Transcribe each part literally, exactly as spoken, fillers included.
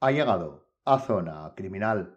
Ha llegado a Zona Criminal.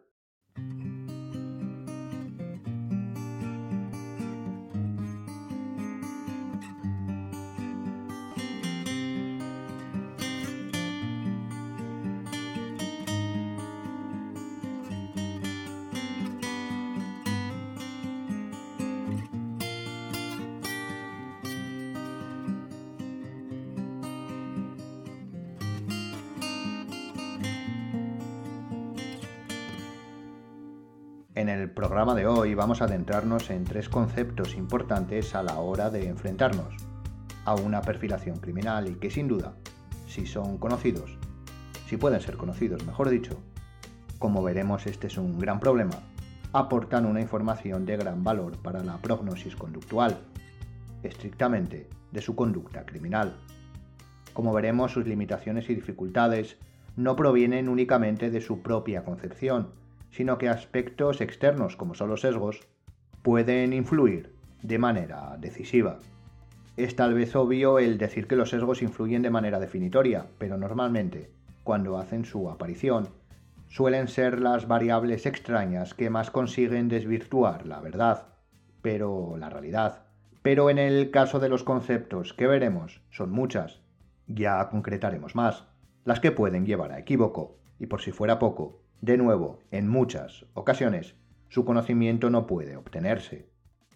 En el programa de hoy vamos a adentrarnos en tres conceptos importantes a la hora de enfrentarnos a una perfilación criminal y que sin duda, si son conocidos, si pueden ser conocidos, mejor dicho, como veremos este es un gran problema, aportan una información de gran valor para la prognosis conductual, estrictamente de su conducta criminal. Como veremos, sus limitaciones y dificultades no provienen únicamente de su propia concepción, sino que aspectos externos, como son los sesgos, pueden influir de manera decisiva. Es tal vez obvio el decir que los sesgos influyen de manera definitoria, pero normalmente, cuando hacen su aparición, suelen ser las variables extrañas que más consiguen desvirtuar la verdad, pero la realidad. Pero en el caso de los conceptos que veremos, son muchas. Ya concretaremos más, las que pueden llevar a equívoco, y por si fuera poco, de nuevo, en muchas ocasiones, su conocimiento no puede obtenerse.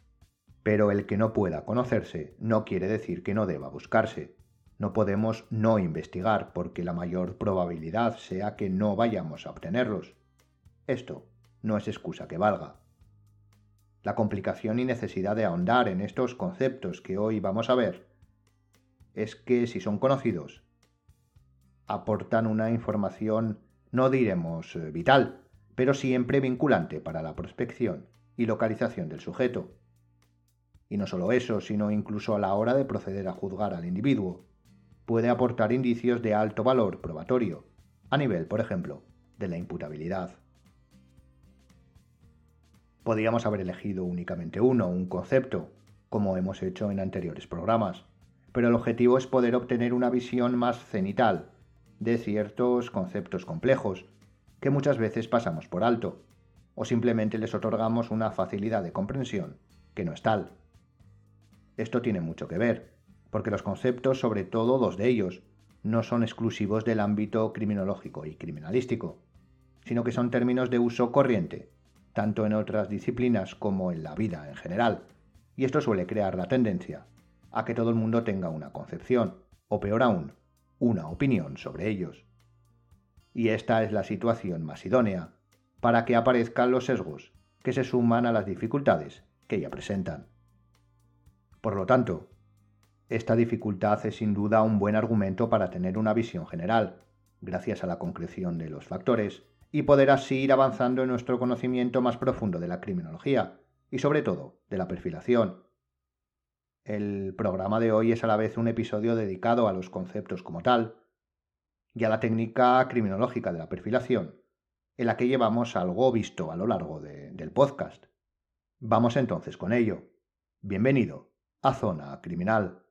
Pero el que no pueda conocerse no quiere decir que no deba buscarse. No podemos no investigar porque la mayor probabilidad sea que no vayamos a obtenerlos. Esto no es excusa que valga. La complicación y necesidad de ahondar en estos conceptos que hoy vamos a ver es que si son conocidos, aportan una información no diremos vital, pero siempre vinculante para la prospección y localización del sujeto. Y no solo eso, sino incluso a la hora de proceder a juzgar al individuo, puede aportar indicios de alto valor probatorio, a nivel, por ejemplo, de la imputabilidad. Podríamos haber elegido únicamente uno, un concepto, como hemos hecho en anteriores programas, pero el objetivo es poder obtener una visión más cenital de ciertos conceptos complejos que muchas veces pasamos por alto, o simplemente les otorgamos una facilidad de comprensión que no es tal. Esto tiene mucho que ver, porque los conceptos, sobre todo dos de ellos, no son exclusivos del ámbito criminológico y criminalístico, sino que son términos de uso corriente, tanto en otras disciplinas como en la vida en general, y esto suele crear la tendencia a que todo el mundo tenga una concepción, o peor aún, una opinión sobre ellos. Y esta es la situación más idónea para que aparezcan los sesgos que se suman a las dificultades que ya presentan. Por lo tanto, esta dificultad es sin duda un buen argumento para tener una visión general, gracias a la concreción de los factores, y poder así ir avanzando en nuestro conocimiento más profundo de la criminología y sobre todo de la perfilación. El programa de hoy es a la vez un episodio dedicado a los conceptos como tal y a la técnica criminológica de la perfilación, en la que llevamos algo visto a lo largo de, del podcast. Vamos entonces con ello. Bienvenido a Zona Criminal.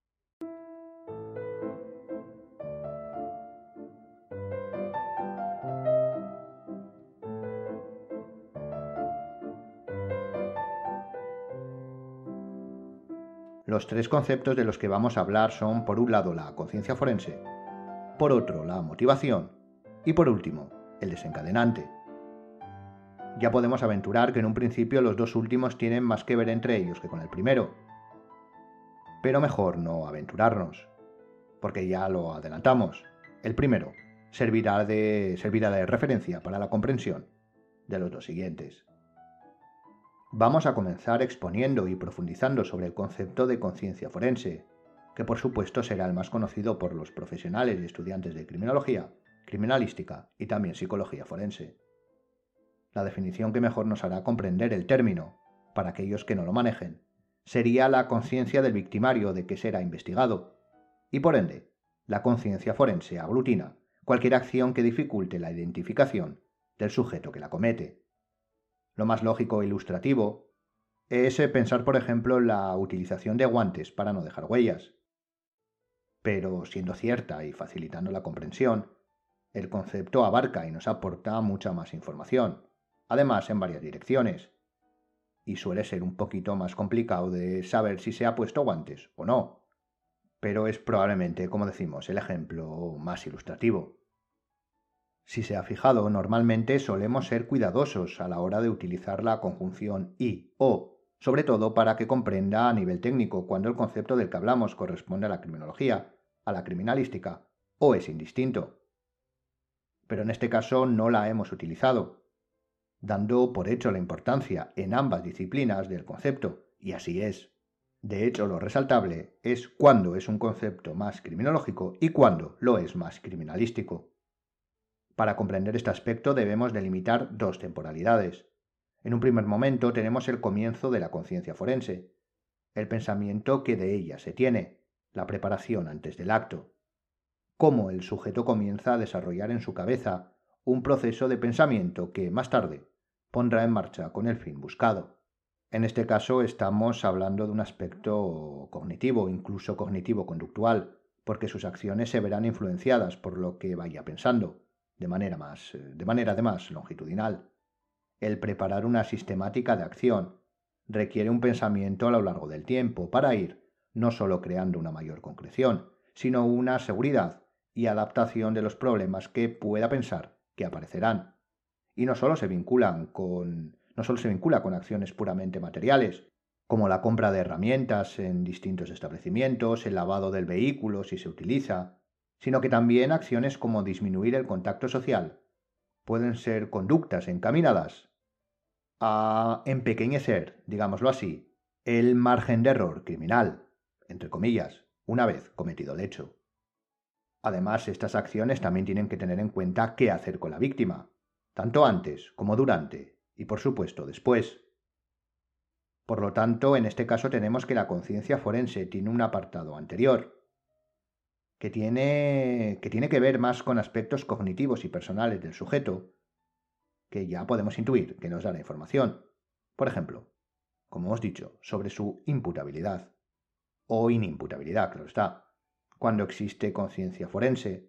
Los tres conceptos de los que vamos a hablar son, por un lado, la conciencia forense, por otro, la motivación y, por último, el desencadenante. Ya podemos aventurar que en un principio los dos últimos tienen más que ver entre ellos que con el primero. Pero mejor no aventurarnos, porque ya lo adelantamos. El primero servirá de, servirá de referencia para la comprensión de los dos siguientes. Vamos a comenzar exponiendo y profundizando sobre el concepto de conciencia forense, que por supuesto será el más conocido por los profesionales y estudiantes de criminología, criminalística y también psicología forense. La definición que mejor nos hará comprender el término, para aquellos que no lo manejen, sería la conciencia del victimario de que será investigado, y por ende, la conciencia forense aglutina cualquier acción que dificulte la identificación del sujeto que la comete. Lo más lógico e ilustrativo es pensar, por ejemplo, en la utilización de guantes para no dejar huellas. Pero, siendo cierta y facilitando la comprensión, El concepto abarca y nos aporta mucha más información, además en varias direcciones, y suele ser un poquito más complicado de saber si se ha puesto guantes o no, pero es probablemente, como decimos, el ejemplo más ilustrativo. Si se ha fijado, normalmente solemos ser cuidadosos a la hora de utilizar la conjunción y o, sobre todo para que comprenda a nivel técnico cuando el concepto del que hablamos corresponde a la criminología, a la criminalística, o es indistinto. Pero en este caso no la hemos utilizado, dando por hecho la importancia en ambas disciplinas del concepto, y así es. De hecho, lo resaltable es cuándo es un concepto más criminológico y cuándo lo es más criminalístico. Para comprender este aspecto debemos delimitar dos temporalidades. En un primer momento tenemos el comienzo de la conciencia forense, el pensamiento que de ella se tiene, la preparación antes del acto, cómo el sujeto comienza a desarrollar en su cabeza un proceso de pensamiento que, más tarde, pondrá en marcha con el fin buscado. En este caso estamos hablando de un aspecto cognitivo, incluso cognitivo-conductual, porque sus acciones se verán influenciadas por lo que vaya pensando, de manera, más, de manera además longitudinal. El preparar una sistemática de acción requiere un pensamiento a lo largo del tiempo para ir no solo creando una mayor concreción, sino una seguridad y adaptación de los problemas que pueda pensar que aparecerán. Y no solo se vinculan con, no solo se vincula con acciones puramente materiales, como la compra de herramientas en distintos establecimientos, el lavado del vehículo si se utiliza, sino que también acciones como disminuir el contacto social pueden ser conductas encaminadas a empequeñecer, digámoslo así, el margen de error criminal, entre comillas, una vez cometido el hecho. Además, estas acciones también tienen que tener en cuenta qué hacer con la víctima, tanto antes como durante y, por supuesto, después. Por lo tanto, en este caso tenemos que la conciencia forense tiene un apartado anterior, que tiene, que tiene que ver más con aspectos cognitivos y personales del sujeto, que ya podemos intuir que nos da la información. Por ejemplo, como hemos dicho, sobre su imputabilidad o inimputabilidad, claro está. Cuando existe conciencia forense,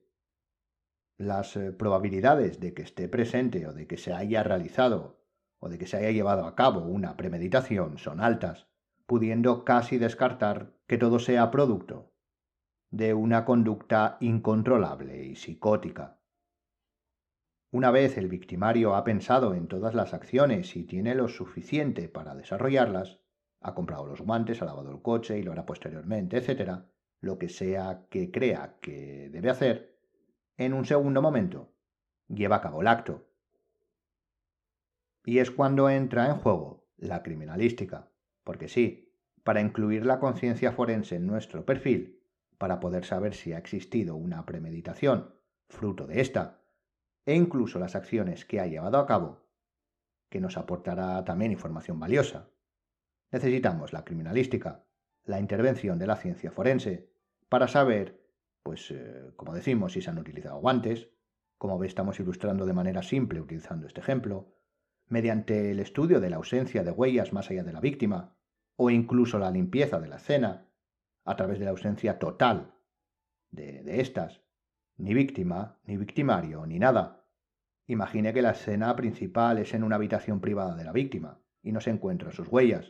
las eh, probabilidades de que esté presente o de que se haya realizado o de que se haya llevado a cabo una premeditación son altas, pudiendo casi descartar que todo sea producto de una conducta incontrolable y psicótica. Una vez el victimario ha pensado en todas las acciones y tiene lo suficiente para desarrollarlas, ha comprado los guantes, ha lavado el coche y lo hará posteriormente, etcétera, lo que sea que crea que debe hacer, en un segundo momento lleva a cabo el acto. Y es cuando entra en juego la criminalística, porque sí, para incluir la conciencia forense en nuestro perfil, para poder saber si ha existido una premeditación, fruto de esta, e incluso las acciones que ha llevado a cabo, que nos aportará también información valiosa. Necesitamos la criminalística, la intervención de la ciencia forense, para saber, pues, eh, como decimos, si se han utilizado guantes, como estamos ilustrando de manera simple utilizando este ejemplo, mediante el estudio de la ausencia de huellas más allá de la víctima, o incluso la limpieza de la escena, a través de la ausencia total de, de estas, ni víctima, ni victimario, ni nada. Imagine que la escena principal es en una habitación privada de la víctima y no se encuentran sus huellas.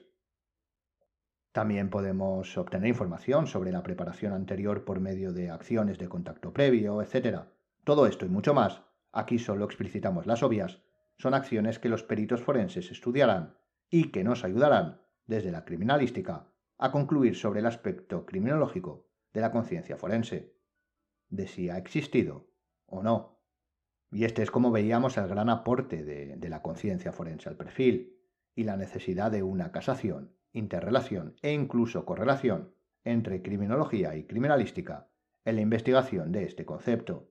También podemos obtener información sobre la preparación anterior por medio de acciones de contacto previo, etcétera. Todo esto y mucho más, aquí solo explicitamos las obvias, son acciones que los peritos forenses estudiarán y que nos ayudarán, desde la criminalística, a concluir sobre el aspecto criminológico de la conciencia forense, de si ha existido o no. Y este es, como veíamos, el gran aporte de, de la conciencia forense al perfil y la necesidad de una casación, interrelación e incluso correlación entre criminología y criminalística en la investigación de este concepto.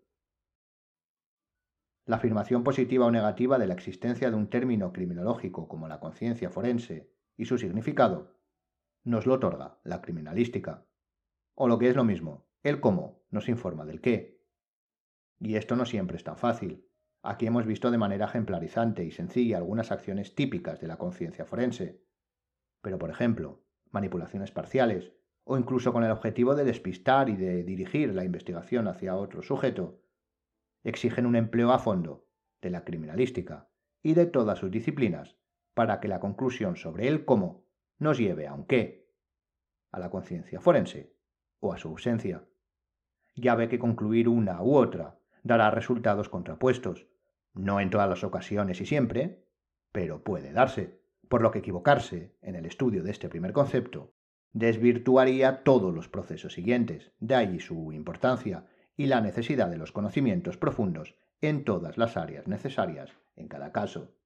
La afirmación positiva o negativa de la existencia de un término criminológico como la conciencia forense y su significado nos lo otorga la criminalística. O lo que es lo mismo, el cómo nos informa del qué. Y esto no siempre es tan fácil. Aquí hemos visto de manera ejemplarizante y sencilla algunas acciones típicas de la conciencia forense. Pero, por ejemplo, manipulaciones parciales, o incluso con el objetivo de despistar y de dirigir la investigación hacia otro sujeto, exigen un empleo a fondo de la criminalística y de todas sus disciplinas para que la conclusión sobre el cómo nos lleve a un qué, a la conciencia forense o a su ausencia. Ya ve que concluir una u otra dará resultados contrapuestos, no en todas las ocasiones y siempre, pero puede darse, por lo que equivocarse en el estudio de este primer concepto desvirtuaría todos los procesos siguientes, de ahí su importancia y la necesidad de los conocimientos profundos en todas las áreas necesarias en cada caso.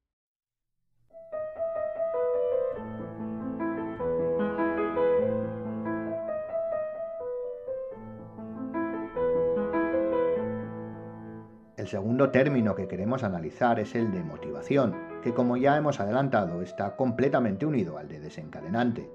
El segundo término que queremos analizar es el de motivación, que como ya hemos adelantado está completamente unido al de desencadenante,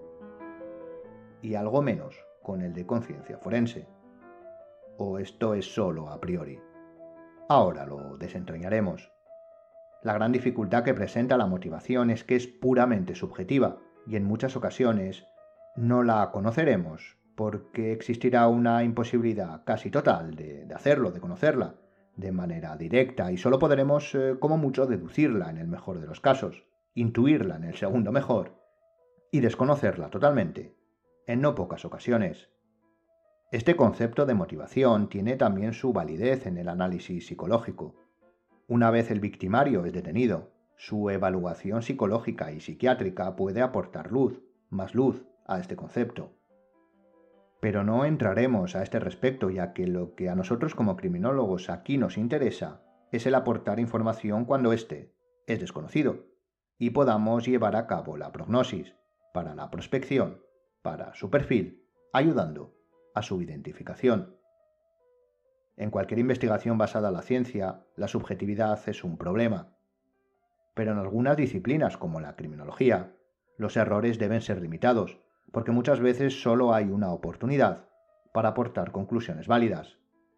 y algo menos con el de conciencia forense. ¿O esto es solo a priori? Ahora lo desentrañaremos. La gran dificultad que presenta la motivación es que es puramente subjetiva y en muchas ocasiones no la conoceremos porque existirá una imposibilidad casi total de, de hacerlo, de conocerla de manera directa y solo podremos eh, como mucho deducirla en el mejor de los casos, intuirla en el segundo mejor y desconocerla totalmente en no pocas ocasiones. Este concepto de motivación tiene también su validez en el análisis psicológico. Una vez el victimario es detenido, su evaluación psicológica y psiquiátrica puede aportar luz, más luz, a este concepto. Pero no entraremos a este respecto, ya que lo que a nosotros como criminólogos aquí nos interesa es el aportar información cuando éste es desconocido y podamos llevar a cabo la prognosis para la prospección, para su perfil, ayudando a su identificación. En cualquier investigación basada en la ciencia, la subjetividad es un problema. Pero en algunas disciplinas, como la criminología, los errores deben ser limitados, porque muchas veces solo hay una oportunidad para aportar conclusiones válidas.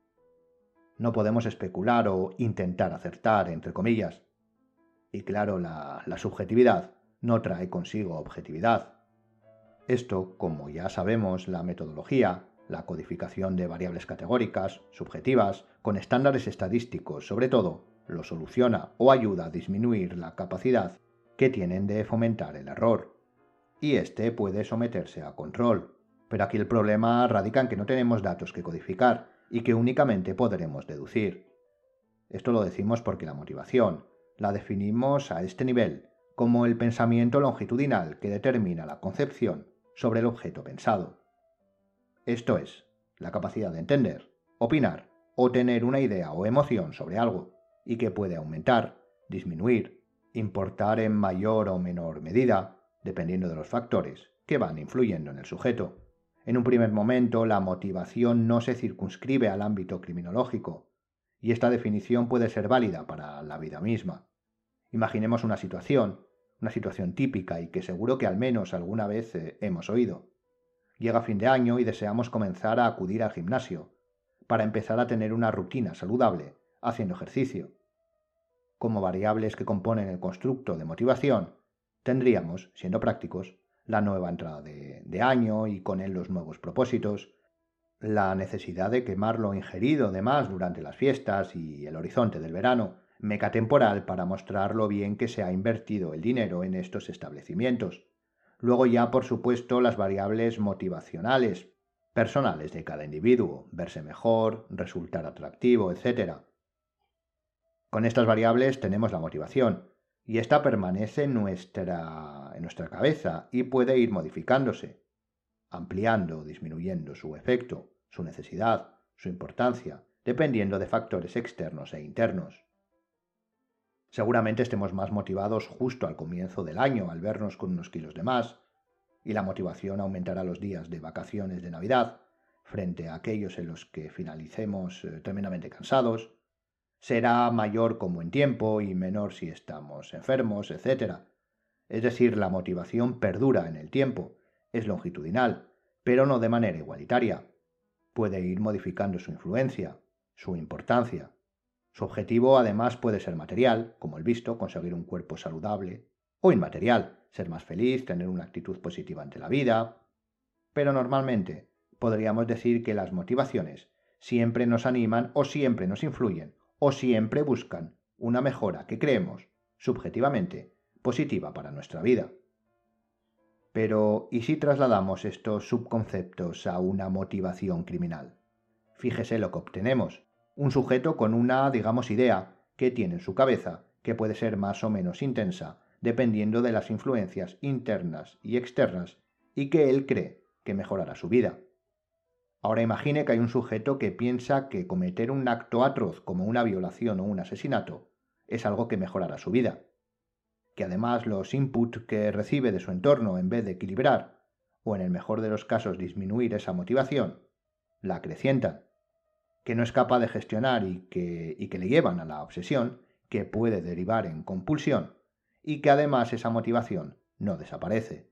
No podemos especular o intentar acertar, entre comillas. Y claro, la, la subjetividad no trae consigo objetividad. Esto, como ya sabemos, la metodología, la codificación de variables categóricas, subjetivas, con estándares estadísticos, sobre todo, lo soluciona o ayuda a disminuir la capacidad que tienen de fomentar el error. Y este puede someterse a control. Pero aquí el problema radica en que no tenemos datos que codificar y que únicamente podremos deducir. Esto lo decimos porque la motivación la definimos a este nivel como el pensamiento longitudinal que determina la concepción sobre el objeto pensado. Esto es, la capacidad de entender, opinar o tener una idea o emoción sobre algo, y que puede aumentar, disminuir, importar en mayor o menor medida, dependiendo de los factores que van influyendo en el sujeto. En un primer momento, la motivación no se circunscribe al ámbito criminológico, y esta definición puede ser válida para la vida misma. Imaginemos una situación, una situación típica y que seguro que al menos alguna vez eh, hemos oído. Llega fin de año y deseamos comenzar a acudir al gimnasio, para empezar a tener una rutina saludable, haciendo ejercicio. Como variables que componen el constructo de motivación, tendríamos, siendo prácticos, la nueva entrada de, de año y con él los nuevos propósitos, la necesidad de quemar lo ingerido de más durante las fiestas y el horizonte del verano, meca temporal para mostrar lo bien que se ha invertido el dinero en estos establecimientos. Luego ya, por supuesto, las variables motivacionales, personales de cada individuo, verse mejor, resultar atractivo, etcétera. Con estas variables tenemos la motivación, y esta permanece en nuestra, en nuestra cabeza y puede ir modificándose, ampliando o disminuyendo su efecto, su necesidad, su importancia, dependiendo de factores externos e internos. Seguramente estemos más motivados justo al comienzo del año al vernos con unos kilos de más, y la motivación aumentará los días de vacaciones de Navidad, frente a aquellos en los que finalicemos eh, tremendamente cansados. Será mayor como en tiempo y menor si estamos enfermos, etcétera. Es decir, la motivación perdura en el tiempo, es longitudinal, pero no de manera igualitaria. Puede ir modificando su influencia, su importancia. Su objetivo además puede ser material, como el visto, conseguir un cuerpo saludable, o inmaterial, ser más feliz, tener una actitud positiva ante la vida. Pero normalmente podríamos decir que las motivaciones siempre nos animan o siempre nos influyen o siempre buscan una mejora que creemos, subjetivamente, positiva para nuestra vida. Pero, ¿y si trasladamos estos subconceptos a una motivación criminal? Fíjese lo que obtenemos. Un sujeto con una, digamos, idea que tiene en su cabeza, que puede ser más o menos intensa, dependiendo de las influencias internas y externas, y que él cree que mejorará su vida. Ahora imagine que hay un sujeto que piensa que cometer un acto atroz como una violación o un asesinato es algo que mejorará su vida, que además los inputs que recibe de su entorno, en vez de equilibrar, o en el mejor de los casos disminuir esa motivación, la acrecientan, que no es capaz de gestionar y que, y que le llevan a la obsesión, que puede derivar en compulsión, y que además esa motivación no desaparece.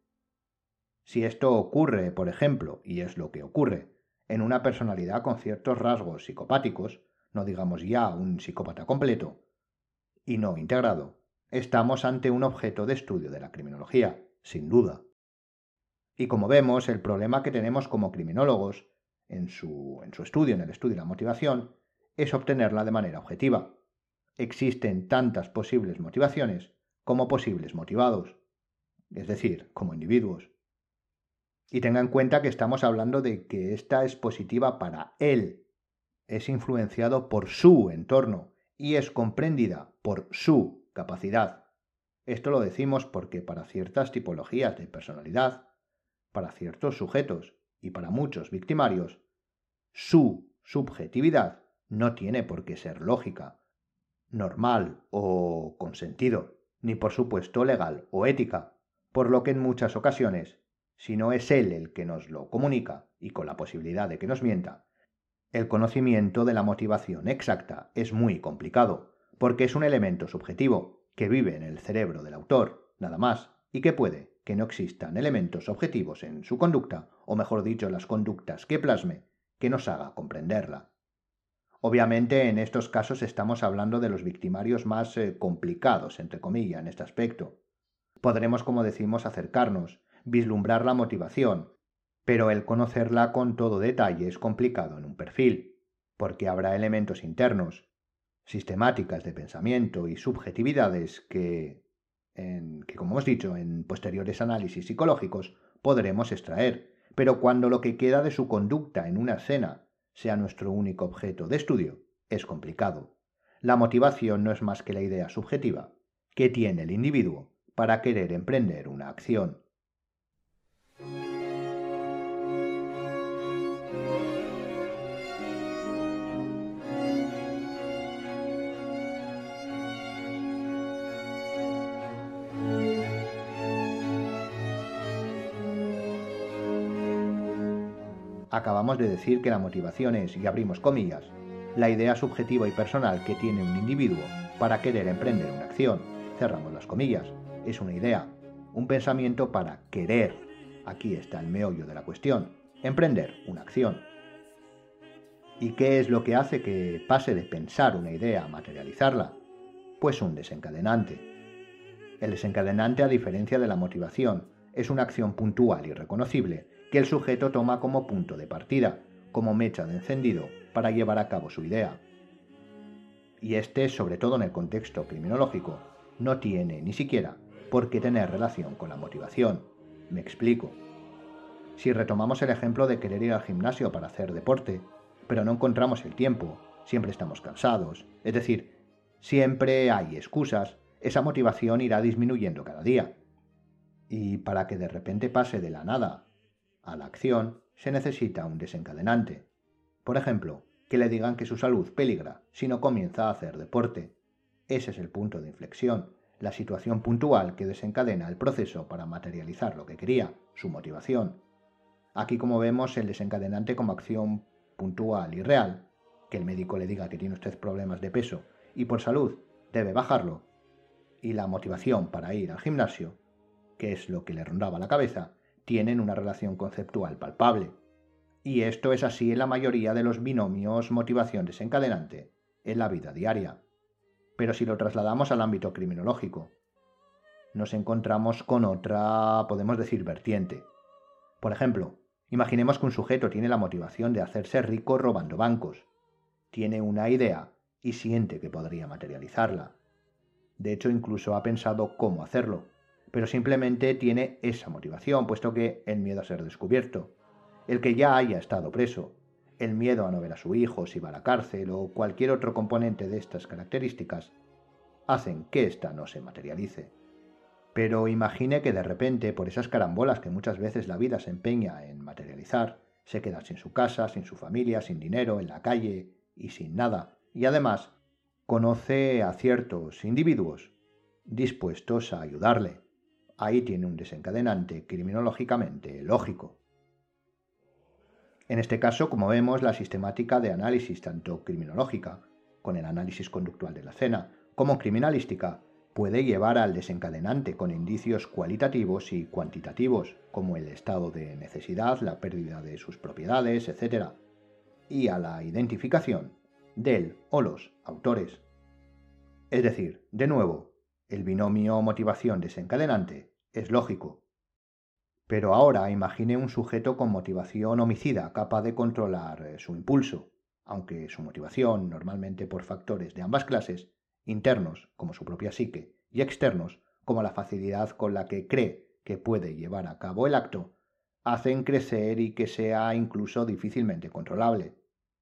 Si esto ocurre, por ejemplo, y es lo que ocurre, en una personalidad con ciertos rasgos psicopáticos, no digamos ya un psicópata completo, y no integrado, estamos ante un objeto de estudio de la criminología, sin duda. Y como vemos, el problema que tenemos como criminólogos, en su, en su estudio, en el estudio de la motivación, es obtenerla de manera objetiva. Existen tantas posibles motivaciones como posibles motivados, es decir, como individuos. Y tenga en cuenta que estamos hablando de que esta es positiva para él, es influenciado por su entorno y es comprendida por su capacidad. Esto lo decimos porque para ciertas tipologías de personalidad, para ciertos sujetos y para muchos victimarios, su subjetividad no tiene por qué ser lógica, normal o con sentido, ni por supuesto legal o ética, por lo que en muchas ocasiones, si no es él el que nos lo comunica y con la posibilidad de que nos mienta, el conocimiento de la motivación exacta es muy complicado, porque es un elemento subjetivo que vive en el cerebro del autor, nada más, y que puede que no existan elementos objetivos en su conducta, o mejor dicho, las conductas que plasme, que nos haga comprenderla. Obviamente en estos casos estamos hablando de los victimarios más eh, complicados, entre comillas, en este aspecto. Podremos, como decimos, acercarnos, vislumbrar la motivación, pero el conocerla con todo detalle es complicado en un perfil, porque habrá elementos internos, sistemáticas de pensamiento y subjetividades que, en, que, como hemos dicho, en posteriores análisis psicológicos podremos extraer, pero cuando lo que queda de su conducta en una escena sea nuestro único objeto de estudio, es complicado. La motivación no es más que la idea subjetiva que tiene el individuo para querer emprender una acción. Acabamos de decir que la motivación es, y abrimos comillas, la idea subjetiva y personal que tiene un individuo para querer emprender una acción. Cerramos las comillas. Es una idea, un pensamiento para querer. Aquí está el meollo de la cuestión. Emprender una acción. ¿Y qué es lo que hace que pase de pensar una idea a materializarla? Pues un desencadenante. El desencadenante, a diferencia de la motivación, es una acción puntual y reconocible que el sujeto toma como punto de partida, como mecha de encendido para llevar a cabo su idea. Y este, sobre todo en el contexto criminológico, no tiene ni siquiera por qué tener relación con la motivación. Me explico. Si retomamos el ejemplo de querer ir al gimnasio para hacer deporte, pero no encontramos el tiempo, siempre estamos cansados, es decir, siempre hay excusas, esa motivación irá disminuyendo cada día. Y para que de repente pase de la nada a la acción, se necesita un desencadenante. Por ejemplo, que le digan que su salud peligra si no comienza a hacer deporte. Ese es el punto de inflexión, la situación puntual que desencadena el proceso para materializar lo que quería, su motivación. Aquí, como vemos, el desencadenante como acción puntual y real, que el médico le diga que tiene usted problemas de peso y por salud debe bajarlo, y la motivación para ir al gimnasio, que es lo que le rondaba la cabeza, tienen una relación conceptual palpable. Y esto es así en la mayoría de los binomios motivación-desencadenante en la vida diaria. Pero si lo trasladamos al ámbito criminológico, nos encontramos con otra, podemos decir, vertiente. Por ejemplo, imaginemos que un sujeto tiene la motivación de hacerse rico robando bancos. Tiene una idea y siente que podría materializarla. De hecho, incluso ha pensado cómo hacerlo, pero simplemente tiene esa motivación, puesto que el miedo a ser descubierto, el que ya haya estado preso, el miedo a no ver a su hijo si va a la cárcel o cualquier otro componente de estas características, hacen que ésta no se materialice. Pero imagine que de repente, por esas carambolas que muchas veces la vida se empeña en materializar, se queda sin su casa, sin su familia, sin dinero, en la calle y sin nada, y además conoce a ciertos individuos dispuestos a ayudarle. Ahí tiene un desencadenante criminológicamente lógico. En este caso, como vemos, la sistemática de análisis tanto criminológica, con el análisis conductual de la escena, como criminalística, puede llevar al desencadenante con indicios cualitativos y cuantitativos, como el estado de necesidad, la pérdida de sus propiedades, etcétera, y a la identificación del o los autores. Es decir, de nuevo, el binomio motivación desencadenante es lógico. Pero ahora imagine un sujeto con motivación homicida capaz de controlar su impulso, aunque su motivación, normalmente por factores de ambas clases, internos, como su propia psique, y externos, como la facilidad con la que cree que puede llevar a cabo el acto, hacen crecer y que sea incluso difícilmente controlable.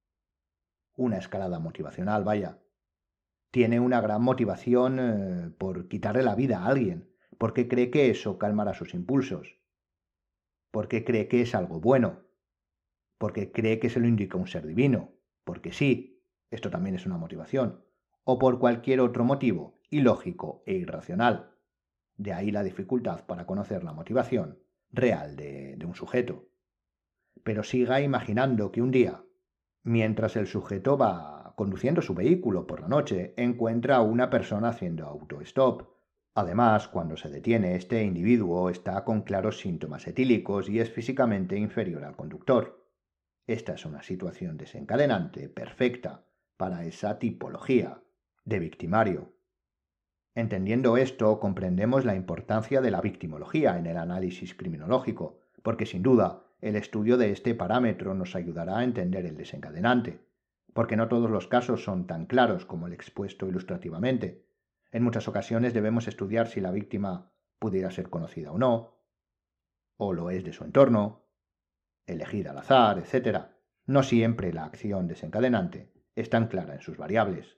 Una escalada motivacional, vaya. Tiene una gran motivación eh, por quitarle la vida a alguien, porque cree que eso calmará sus impulsos, porque cree que es algo bueno, porque cree que se lo indica un ser divino, porque sí, esto también es una motivación, o por cualquier otro motivo ilógico e irracional. De ahí la dificultad para conocer la motivación real de, de un sujeto. Pero siga imaginando que un día, mientras el sujeto va conduciendo su vehículo por la noche, encuentra a una persona haciendo autostop. Además, cuando se detiene, este individuo está con claros síntomas etílicos y es físicamente inferior al conductor. Esta es una situación desencadenante perfecta para esa tipología de victimario. Entendiendo esto, comprendemos la importancia de la victimología en el análisis criminológico, porque sin duda el estudio de este parámetro nos ayudará a entender el desencadenante, porque no todos los casos son tan claros como el expuesto ilustrativamente. En muchas ocasiones debemos estudiar si la víctima pudiera ser conocida o no, o lo es de su entorno, elegida al azar, etcétera. No siempre la acción desencadenante es tan clara en sus variables.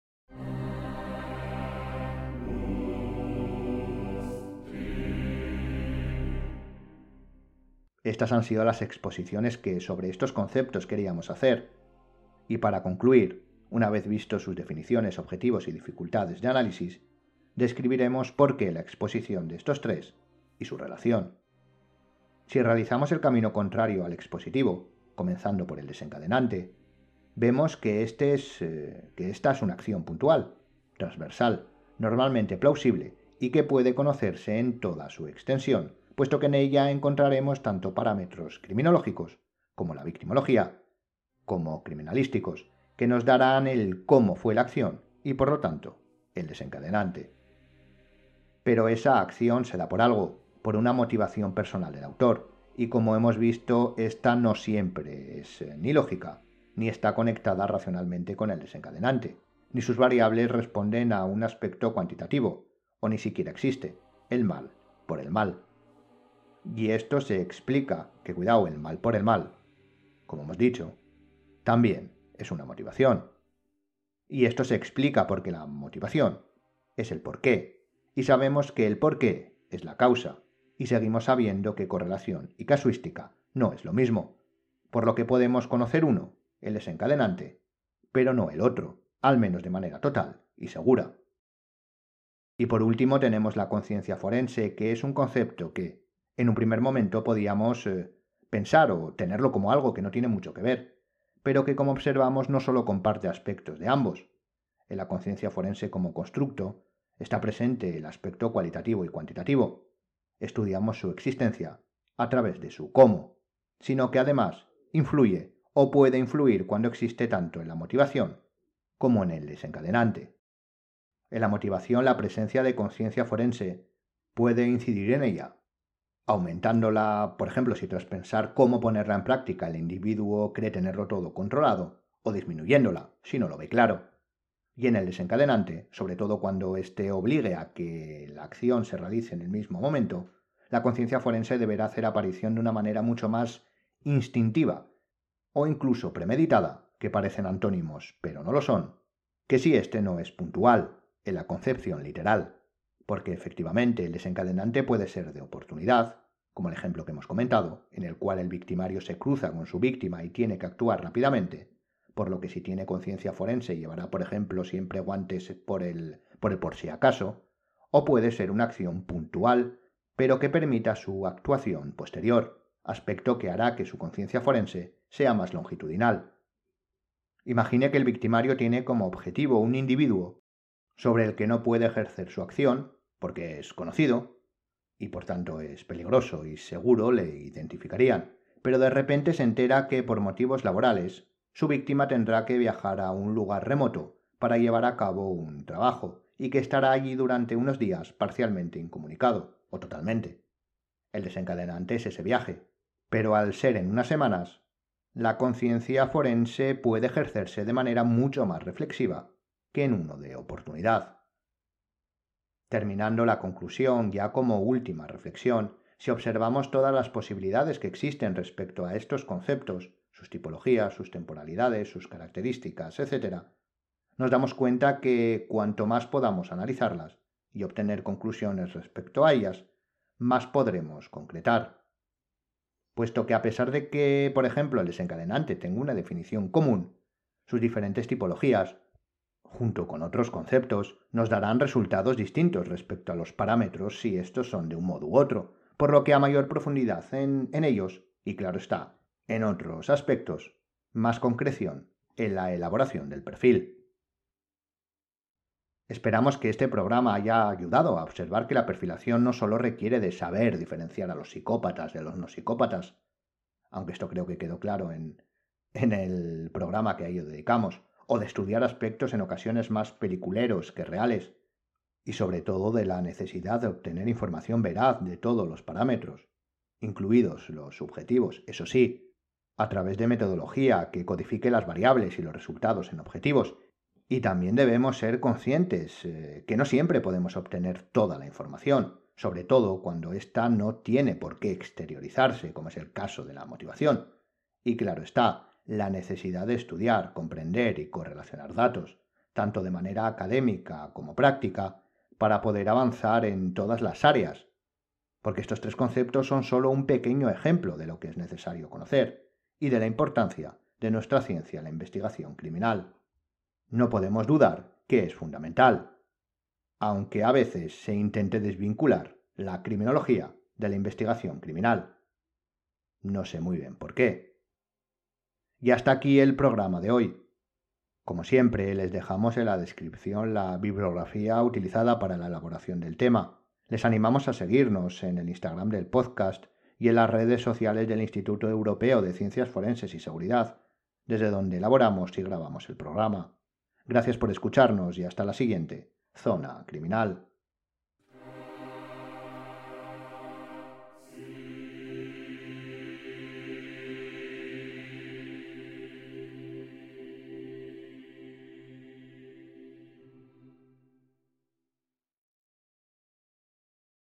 Estas han sido las exposiciones que sobre estos conceptos queríamos hacer. Y para concluir, una vez visto sus definiciones, objetivos y dificultades de análisis, describiremos por qué la exposición de estos tres y su relación. Si realizamos el camino contrario al expositivo, comenzando por el desencadenante, vemos que, este es, eh, que esta es una acción puntual, transversal, normalmente plausible y que puede conocerse en toda su extensión, puesto que en ella encontraremos tanto parámetros criminológicos, como la victimología, como criminalísticos, que nos darán el cómo fue la acción y, por lo tanto, el desencadenante. Pero esa acción se da por algo, por una motivación personal del autor, y como hemos visto, esta no siempre es eh, ni lógica, ni está conectada racionalmente con el desencadenante, ni sus variables responden a un aspecto cuantitativo, o ni siquiera existe, el mal por el mal. Y esto se explica, que cuidado, el mal por el mal, como hemos dicho, también es una motivación. Y esto se explica porque la motivación es el porqué, y sabemos que el porqué es la causa, y seguimos sabiendo que correlación y casuística no es lo mismo, por lo que podemos conocer uno, el desencadenante, pero no el otro, al menos de manera total y segura. Y por último tenemos la conciencia forense, que es un concepto que, en un primer momento, podíamos eh, pensar o tenerlo como algo que no tiene mucho que ver, pero que, como observamos, no solo comparte aspectos de ambos. En la conciencia forense como constructo está presente el aspecto cualitativo y cuantitativo. Estudiamos su existencia a través de su cómo, sino que además influye o puede influir cuando existe tanto en la motivación como en el desencadenante. En la motivación, la presencia de conciencia forense puede incidir en ella, aumentándola, por ejemplo, si tras pensar cómo ponerla en práctica el individuo cree tenerlo todo controlado, o disminuyéndola, si no lo ve claro. Y en el desencadenante, sobre todo cuando éste obligue a que la acción se realice en el mismo momento, la conciencia forense deberá hacer aparición de una manera mucho más instintiva o incluso premeditada, que parecen antónimos, pero no lo son, que si éste no es puntual, en la concepción literal, porque efectivamente el desencadenante puede ser de oportunidad, como el ejemplo que hemos comentado, en el cual el victimario se cruza con su víctima y tiene que actuar rápidamente, por lo que si tiene conciencia forense llevará, por ejemplo, siempre guantes por el, por el por si acaso, o puede ser una acción puntual, pero que permita su actuación posterior, aspecto que hará que su conciencia forense sea más longitudinal. Imagine que el victimario tiene como objetivo un individuo sobre el que no puede ejercer su acción, porque es conocido, y por tanto es peligroso y seguro le identificarían, pero de repente se entera que por motivos laborales su víctima tendrá que viajar a un lugar remoto para llevar a cabo un trabajo y que estará allí durante unos días parcialmente incomunicado o totalmente. El desencadenante es ese viaje, pero al ser en unas semanas, la conciencia forense puede ejercerse de manera mucho más reflexiva que en uno de oportunidad. Terminando la conclusión, ya como última reflexión, si observamos todas las posibilidades que existen respecto a estos conceptos, sus tipologías, sus temporalidades, sus características, etcétera, nos damos cuenta que cuanto más podamos analizarlas y obtener conclusiones respecto a ellas, más podremos concretar. Puesto que a pesar de que, por ejemplo, el desencadenante tenga una definición común, sus diferentes tipologías, junto con otros conceptos, nos darán resultados distintos respecto a los parámetros si estos son de un modo u otro, por lo que a mayor profundidad en, en ellos, y claro está, en otros aspectos, más concreción en la elaboración del perfil. Esperamos que este programa haya ayudado a observar que la perfilación no solo requiere de saber diferenciar a los psicópatas de los no psicópatas, aunque esto creo que quedó claro en, en el programa que a ello dedicamos, o de estudiar aspectos en ocasiones más peliculeros que reales, y sobre todo de la necesidad de obtener información veraz de todos los parámetros, incluidos los subjetivos, eso sí, a través de metodología que codifique las variables y los resultados en objetivos. Y también debemos ser conscientes eh, que no siempre podemos obtener toda la información, sobre todo cuando ésta no tiene por qué exteriorizarse, como es el caso de la motivación. Y claro está, la necesidad de estudiar, comprender y correlacionar datos, tanto de manera académica como práctica, para poder avanzar en todas las áreas, porque estos tres conceptos son solo un pequeño ejemplo de lo que es necesario conocer y de la importancia de nuestra ciencia en la investigación criminal. No podemos dudar que es fundamental, aunque a veces se intente desvincular la criminología de la investigación criminal. No sé muy bien por qué. Y hasta aquí el programa de hoy. Como siempre, les dejamos en la descripción la bibliografía utilizada para la elaboración del tema. Les animamos a seguirnos en el Instagram del podcast y en las redes sociales del Instituto Europeo de Ciencias Forenses y Seguridad, desde donde elaboramos y grabamos el programa. Gracias por escucharnos y hasta la siguiente Zona Criminal.